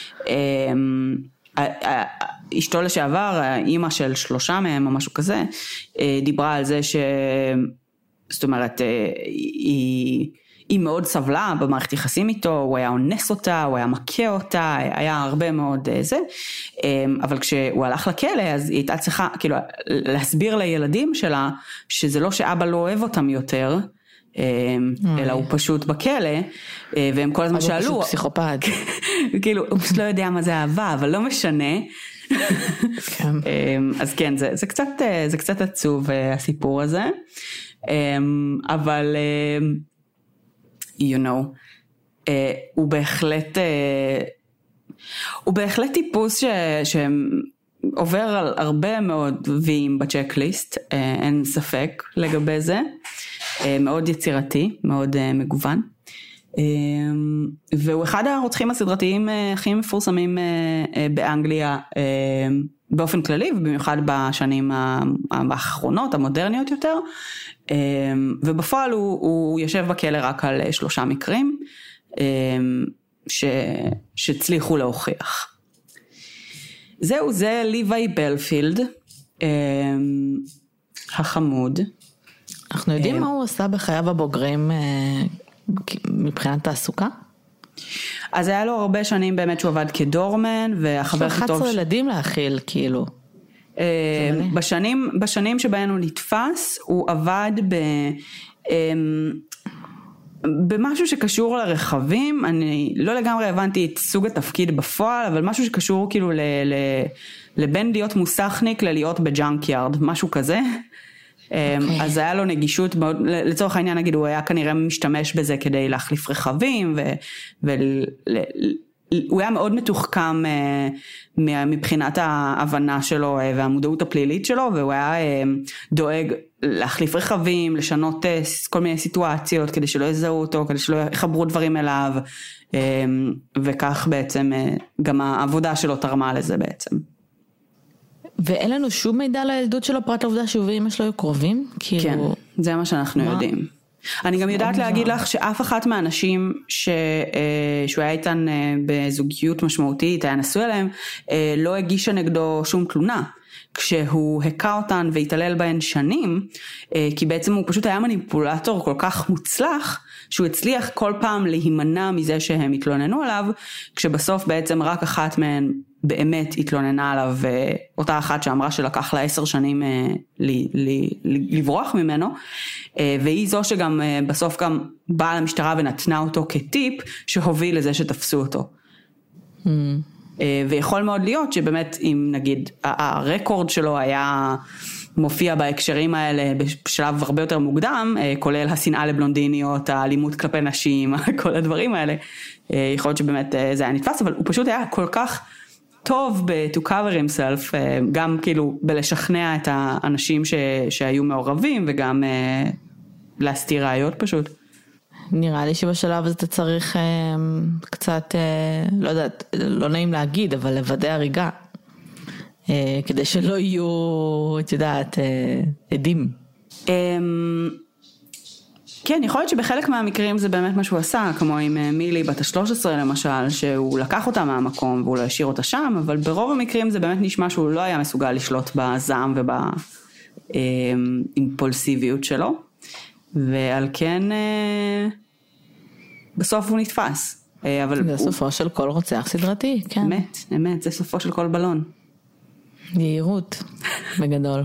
אשתו לשעבר, האמא של שלושה מהם או משהו כזה, דיברה על זה ש... זאת אומרת, היא, היא מאוד סבלה במערכת יחסים איתו, הוא היה אונס אותה, הוא היה מכה אותה, היה הרבה מאוד זה, אבל כשהוא הלך לכלא, אז היא הייתה צריכה, כאילו, להסביר לילדים שלה, שזה לא שאבא לא אוהב אותם יותר, אלא הוא פשוט בכלא, והם כל הזמן שאלו, הוא פשוט פסיכופת. כאילו, הוא פשוט לא יודע מה זה אהבה, אבל לא משנה. אז כן, זה קצת, זה קצת עצוב הסיפור הזה, אבל, you know, הוא בהחלט, הוא בהחלט טיפוס שעובר על הרבה מאוד ויים בצ'קליסט, אין ספק לגבי זה. מאוד יצירתי, מאוד מגוון, והוא אחד הרוצחים הסדרתיים הכי מפורסמים באנגליה באופן כללי, ובמיוחד בשנים האחרונות, המודרניות יותר, ובפועל הוא, הוא יושב בכלא רק על שלושה מקרים, ש, שצליחו להוכיח. זהו, זה ליווי בלפילד, החמוד, אנחנו יודעים מה הוא עשה בחייו הבוגרים מבחינת תעסוקה? אז היה לו הרבה שנים באמת שהוא עבד כדורמן, והחבר הכי טוב... אחת עשרה ילדים להכיל, כאילו. בשנים, בשנים שבהן הוא נתפס, הוא עבד ב... במשהו שקשור לרכבים, אני לא לגמרי הבנתי את סוג התפקיד בפועל, אבל משהו שקשור כאילו ל... לבין להיות מוסכניק ללהיות בג'אנקיארד, משהו כזה. Okay. אז היה לו נגישות, לצורך העניין נגיד הוא היה כנראה משתמש בזה כדי להחליף רכבים, והוא היה מאוד מתוחכם מבחינת ההבנה שלו והמודעות הפלילית שלו, והוא היה דואג להחליף רכבים, לשנות כל מיני סיטואציות כדי שלא יזהו אותו, כדי שלא יחברו דברים אליו, וכך בעצם גם העבודה שלו תרמה לזה בעצם. ואין לנו שום מידע על הילדות שלו, פרט לעובדה שהוא ואמא שלו היו קרובים? כן, זה מה שאנחנו יודעים. אני גם יודעת להגיד לך שאף אחת מהאנשים שהוא היה איתן בזוגיות משמעותית, היה נשוי עליהם, לא הגישה נגדו שום תלונה. כשהוא הקע אותן והתעלל בהן שנים, כי בעצם הוא פשוט היה מניפולטור כל כך מוצלח, שהוא הצליח כל פעם להימנע מזה שהם התלוננו עליו, כשבסוף בעצם רק אחת מהן באמת התלוננה עליו, אותה אחת שאמרה שלקח לה עשר שנים לברוח ממנו, והיא זו שגם בסוף גם באה למשטרה ונתנה אותו כטיפ, שהוביל לזה שתפסו אותו. Mm. ויכול מאוד להיות שבאמת אם נגיד הרקורד שלו היה מופיע בהקשרים האלה בשלב הרבה יותר מוקדם, כולל השנאה לבלונדיניות, האלימות כלפי נשים, כל הדברים האלה, יכול להיות שבאמת זה היה נתפס, אבל הוא פשוט היה כל כך טוב ב-to cover himself, גם כאילו בלשכנע את האנשים ש, שהיו מעורבים, וגם להסתיר ראיות פשוט. נראה לי שבשלב הזה אתה צריך קצת, לא יודעת, לא נעים להגיד, אבל לוודא הריגה. כדי שלא יהיו, את יודעת, עדים. כן, יכול להיות שבחלק מהמקרים זה באמת מה שהוא עשה, כמו עם מילי בת ה-שלוש עשרה למשל, שהוא לקח אותה מהמקום והוא לא השאיר אותה שם, אבל ברוב המקרים זה באמת נשמע שהוא לא היה מסוגל לשלוט בזעם ובאימפולסיביות שלו, ועל כן בסוף הוא נתפס. אבל זה הוא... סופו של כל רוצח סדרתי, כן. אמת, אמת, זה סופו של כל בלון. יהירות, בגדול.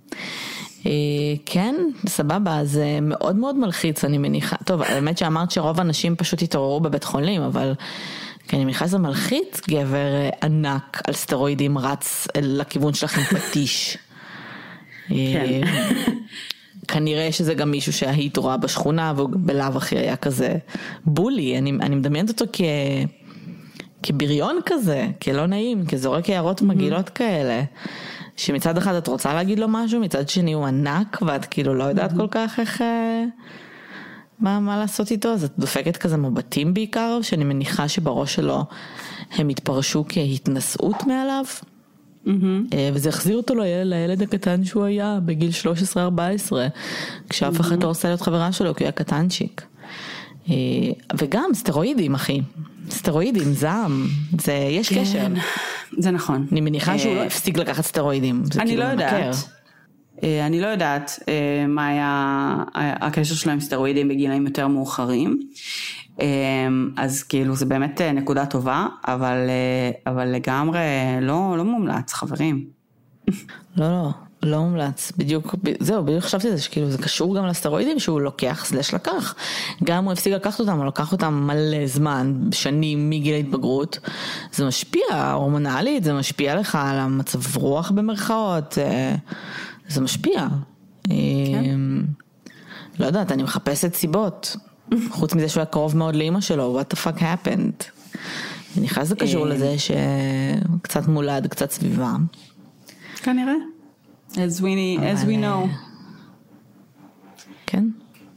כן, סבבה, זה מאוד מאוד מלחיץ, אני מניחה. טוב, האמת שאמרת שרוב האנשים פשוט התעוררו בבית חולים, אבל אני מניחה שזה מלחיץ, גבר ענק על סטרואידים רץ לכיוון שלך עם פטיש. כן. כנראה שזה גם מישהו שהיית רואה בשכונה, והוא בלאו הכי היה כזה בולי, אני, אני מדמיינת אותו כ... כבריון כזה, כלא נעים, כזורק הערות מגעילות כאלה. שמצד אחד את רוצה להגיד לו משהו, מצד שני הוא ענק, ואת כאילו לא יודעת כל כך איך, מה, מה לעשות איתו, אז את דופקת כזה מבטים בעיקר, שאני מניחה שבראש שלו הם התפרשו כהתנסות מעליו, וזה החזיר אותו לילד, לילד הקטן שהוא היה, בגיל שלוש עשרה ארבע עשרה, כשאף אחד לא רוצה להיות חברה שלו, כי הוא היה קטנצ'יק. וגם סטרואידים, אחי. סטרואידים, זעם, זה, יש כן, קשר. זה נכון. אני מניחה שהוא לא הפסיק לקחת סטרואידים. אני כאילו לא יודעת. מכר. אני לא יודעת מה היה הקשר שלו עם סטרואידים בגילאים יותר מאוחרים. אז כאילו זה באמת נקודה טובה, אבל, אבל לגמרי לא, לא מומלץ, חברים. לא, לא. לא מומלץ, בדיוק, זהו, בדיוק חשבתי זה שכאילו זה קשור גם לסטרואידים שהוא לוקח סלש לקח, גם הוא הפסיק לקחת אותם, הוא לקח אותם מלא זמן, שנים מגיל ההתבגרות, זה משפיע הורמונלית, זה משפיע לך על המצב רוח במרכאות, זה משפיע. כן. לא יודעת, אני מחפשת סיבות, חוץ מזה שהוא היה קרוב מאוד לאמא שלו, what the fuck happened? אני מניחה שזה קשור לזה שקצת מולד, קצת סביבה. כנראה. As we, as we know. כן.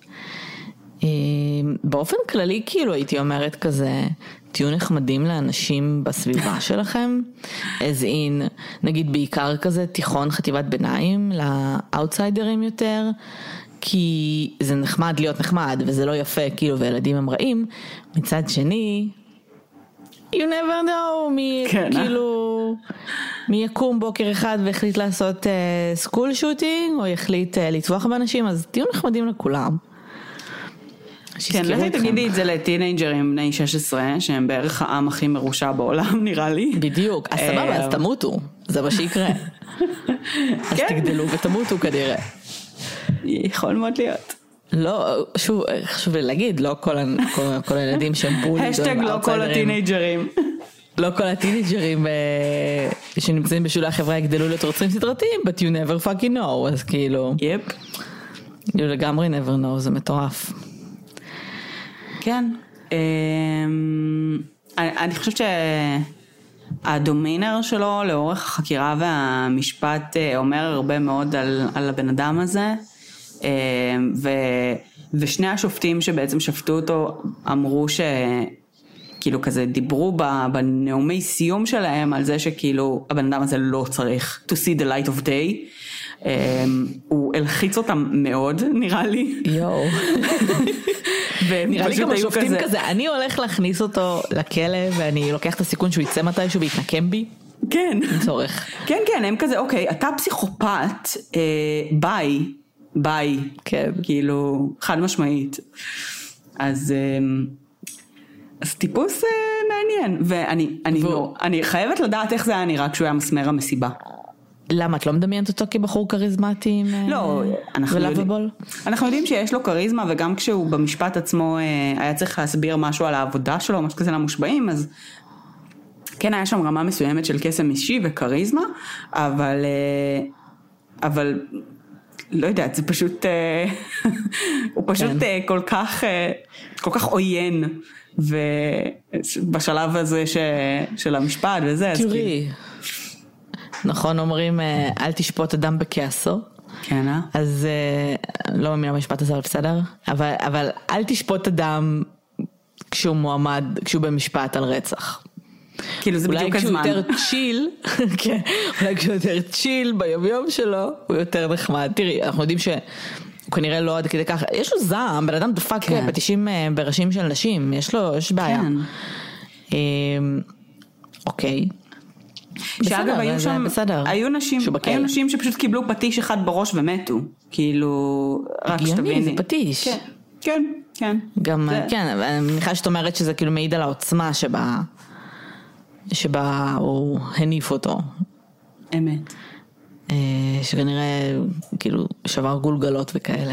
באופן כללי, כאילו, הייתי אומרת כזה, תהיו נחמדים לאנשים בסביבה שלכם, as in, נגיד בעיקר כזה, תיכון חטיבת ביניים, לאוטסיידרים יותר, כי זה נחמד להיות נחמד, וזה לא יפה, כאילו, וילדים הם רעים. מצד שני, you never know, מי, כן, כאילו, מי יקום בוקר אחד והחליט לעשות סקול uh, שוטינג, או יחליט uh, לטבוח באנשים, אז תהיו נחמדים לכולם. כן, לכי תגידי את זה לטינג'רים בני שש עשרה, שהם בערך העם הכי מרושע בעולם, נראה לי. בדיוק, אז סבבה, אז תמותו, זה מה שיקרה. אז תגדלו ותמותו כנראה. יכול מאוד להיות. לא, שוב, חשוב לי להגיד, לא כל, כל, כל הילדים שהם בולים. השטג לא כל הטינג'רים. לא כל הטינג'רים שנמצאים בשולי החברה יגדלו להיות רוצחים סדרתיים, but you never fucking know, אז כאילו. יפ. כאילו לגמרי never know, זה מטורף. כן. אני חושבת שהדומינר שלו לאורך החקירה והמשפט אומר הרבה מאוד על, על הבן אדם הזה, ו, ושני השופטים שבעצם שפטו אותו אמרו שכאילו כזה דיברו בנאומי סיום שלהם על זה שכאילו הבן אדם הזה לא צריך to see the light of day, הוא הלחיץ אותם מאוד נראה לי. יואו. נראה לי גם השופטים כזה, אני הולך להכניס אותו לכלא ואני לוקח את הסיכון שהוא יצא מתישהו ויתנקם בי. כן. צורך. כן, כן, הם כזה, אוקיי, אתה פסיכופת, ביי. ביי, כן. כאילו, חד משמעית. אז, אז טיפוס מעניין, ואני אני, לא, אני חייבת לדעת איך זה היה נראה כשהוא היה מסמר המסיבה. למה? את לא מדמיינת אותו כבחור קריזמטי? לא, אנחנו יודעים, אנחנו יודעים שיש לו קריזמה, וגם כשהוא במשפט עצמו היה צריך להסביר משהו על העבודה שלו, משהו כזה למושבעים, אז כן היה שם רמה מסוימת של קסם אישי וקריזמה, אבל, אבל לא יודעת, זה פשוט, הוא פשוט כל כך, כל כך עוין ובשלב הזה ש... של המשפט וזה. תראי, נכון אומרים, אל תשפוט אדם בכעסו. כן, אה? אז לא מאמין המשפט הזה, בסדר? אבל, אבל אל תשפוט אדם כשהוא מועמד, כשהוא במשפט על רצח. כאילו זה בדיוק הזמן. אולי כשהוא יותר צ'יל, כן, אולי כשהוא יותר צ'יל ביום יום שלו, הוא יותר נחמד. תראי, אנחנו יודעים שהוא כנראה לא עד כדי כך, יש לו זעם, בן אדם דפק פטישים בראשים של נשים, יש לו, יש בעיה. אוקיי. שאגב, היו שם, היו נשים, היו נשים שפשוט קיבלו פטיש אחד בראש ומתו. כאילו, רק שתביני. זה פטיש. כן, כן, כן. גם, כן, אני מניחה שאת אומרת שזה כאילו מעיד על העוצמה שבה, שבה הוא הניף אותו. אמת. שכנראה כאילו שבר גולגלות וכאלה.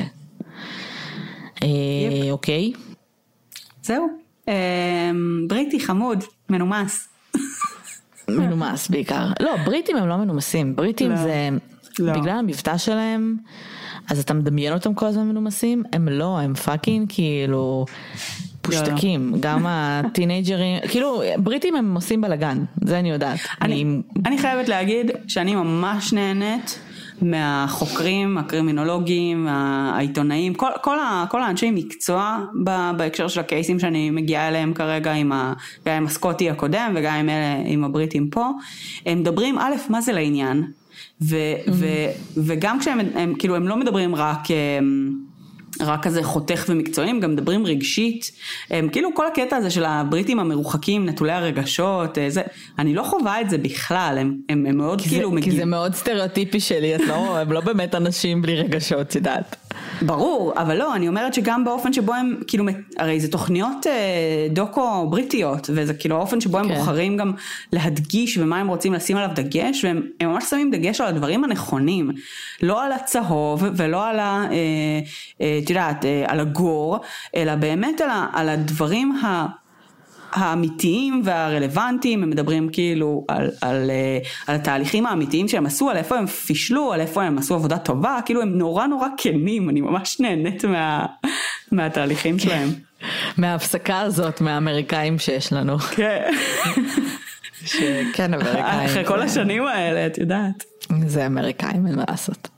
אוקיי. זהו. בריטי חמוד, מנומס. מנומס בעיקר. לא, בריטים הם לא מנומסים. בריטים זה, בגלל המבטא שלהם, אז אתה מדמיין אותם כל הזמן מנומסים, הם לא, הם פאקינג כאילו פושטקים, גם הטינג'רים, כאילו בריטים הם עושים בלגן, זה אני יודעת. אני חייבת להגיד שאני ממש נהנית מהחוקרים, הקרימינולוגים, העיתונאים, כל, כל, ה, כל האנשי מקצוע בהקשר של הקייסים שאני מגיעה אליהם כרגע עם, ה, גם עם הסקוטי הקודם וגם עם, אלה, עם הבריטים פה, הם מדברים א' מה זה לעניין, ו, mm-hmm. ו, וגם כשהם הם, כאילו הם לא מדברים רק רק כזה חותך ומקצועיים, גם מדברים רגשית, הם, כאילו כל הקטע הזה של הבריטים המרוחקים, נטולי הרגשות, זה, אני לא חווה את זה בכלל, הם, הם, הם מאוד כי כאילו זה, מגיעים. כי זה מאוד סטריאוטיפי שלי, את לא, הם לא באמת אנשים בלי רגשות, יודעת. ברור, אבל לא, אני אומרת שגם באופן שבו הם, כאילו, הרי זה תוכניות אה, דוקו בריטיות, וזה כאילו האופן שבו הם okay. בוחרים גם להדגיש ומה הם רוצים לשים עליו דגש, והם ממש שמים דגש על הדברים הנכונים, לא על הצהוב ולא על ה... אה, אה, תדעת, על הגור, אלא באמת על, על הדברים ה, האמיתיים והרלוונטיים, הם מדברים כאילו על, על, על התהליכים האמיתיים שהם עשו, על איפה הם פישלו, על איפה הם עשו עבודה טובה, כאילו הם נורא נורא כנים, אני ממש נהנית מה, מהתהליכים שלהם. מההפסקה הזאת, מהאמריקאים שיש לנו. כן. שכן אמריקאים. אחרי כל השנים האלה, את יודעת. זה אמריקאים, אין מה לעשות.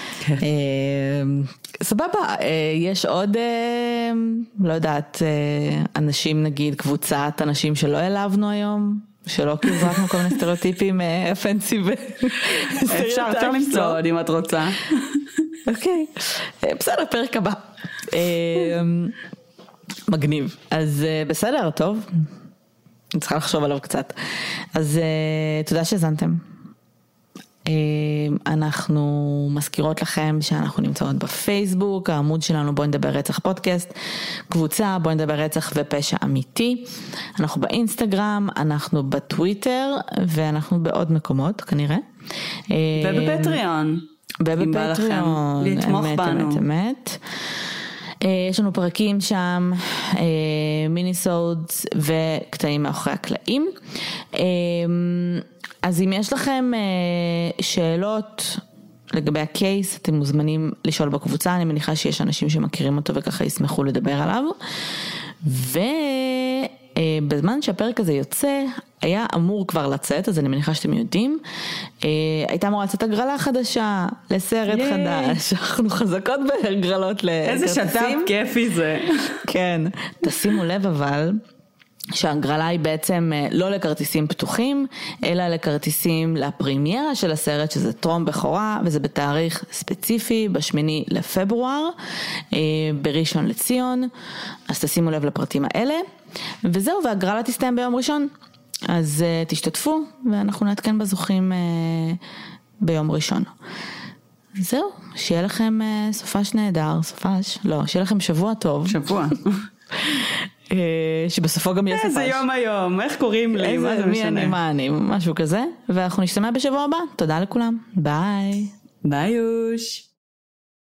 סבבה, יש עוד, לא יודעת, אנשים נגיד, קבוצת אנשים שלא העלבנו היום, שלא כאילו זרקנו כל מיני סטריאוטיפים פנסי ו... אפשר, אפשר למצוא עוד אם את רוצה. אוקיי, בסדר, פרק הבא. מגניב. אז בסדר, טוב. אני צריכה לחשוב עליו קצת. אז תודה שהזנתם. אנחנו מזכירות לכם שאנחנו נמצאות בפייסבוק, העמוד שלנו בואי נדבר רצח פודקאסט, קבוצה בואי נדבר רצח ופשע אמיתי, אנחנו באינסטגרם, אנחנו בטוויטר ואנחנו בעוד מקומות כנראה, ובפטריון, ובפטריון, לתמוך בנו. אמת, אמת. יש לנו פרקים שם, מיניסודס וקטעים מאחורי הקלעים. אז אם יש לכם שאלות לגבי הקייס, אתם מוזמנים לשאול בקבוצה, אני מניחה שיש אנשים שמכירים אותו וככה ישמחו לדבר עליו. ובזמן שהפרק הזה יוצא, היה אמור כבר לצאת, אז אני מניחה שאתם יודעים, הייתה אמורה לצאת הגרלה חדשה לסרט חדש, אנחנו חזקות בהגרלות לכרטיסים. איזה שטף כיפי זה. כן, תשימו לב אבל... שהגרלה היא בעצם לא לכרטיסים פתוחים, אלא לכרטיסים לפרימיירה של הסרט, שזה טרום בכורה, וזה בתאריך ספציפי, בשמיני לפברואר, בראשון לציון, אז תשימו לב לפרטים האלה, וזהו, והגרלה תסתיים ביום ראשון, אז תשתתפו, ואנחנו נעדכן בזוכים ביום ראשון. זהו, שיהיה לכם סופש נהדר, סופש, לא, שיהיה לכם שבוע טוב. שבוע. שבסופו גם יהיה סופש. איזה יום היום, איך קוראים לי, מה זה משנה? מי אני, מה אני, משהו כזה, ואנחנו נשתמע בשבוע הבא, תודה לכולם, ביי. ביי יוש.